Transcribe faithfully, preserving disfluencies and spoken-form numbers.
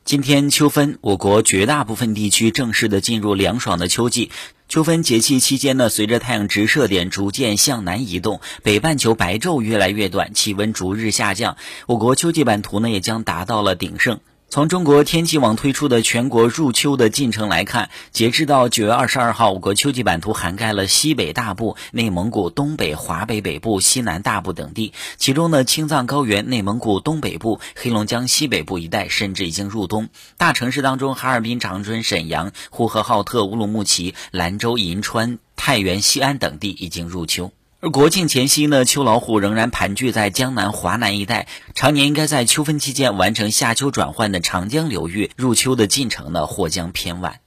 今天秋分，我国绝大部分地区正式的进入凉爽的秋季。秋分节气期间呢，随着太阳直射点逐渐向南移动，北半球白昼越来越短，气温逐日下降，我国秋季版图呢也将达到了鼎盛。从中国天气网推出的全国入秋的进程来看，截至到九月二十二号，我国秋季版图涵盖了西北大部、内蒙古东北、华北北部、西南大部等地，其中呢，青藏高原、内蒙古东北部、黑龙江西北部一带甚至已经入冬。大城市当中，哈尔滨、长春、沈阳、呼和浩特、乌鲁木齐、兰州、银川、太原、西安等地已经入秋。而国庆前夕呢，秋老虎仍然盘踞在江南、华南一带，常年应该在秋分期间完成夏秋转换的长江流域入秋的进程呢，或将偏晚。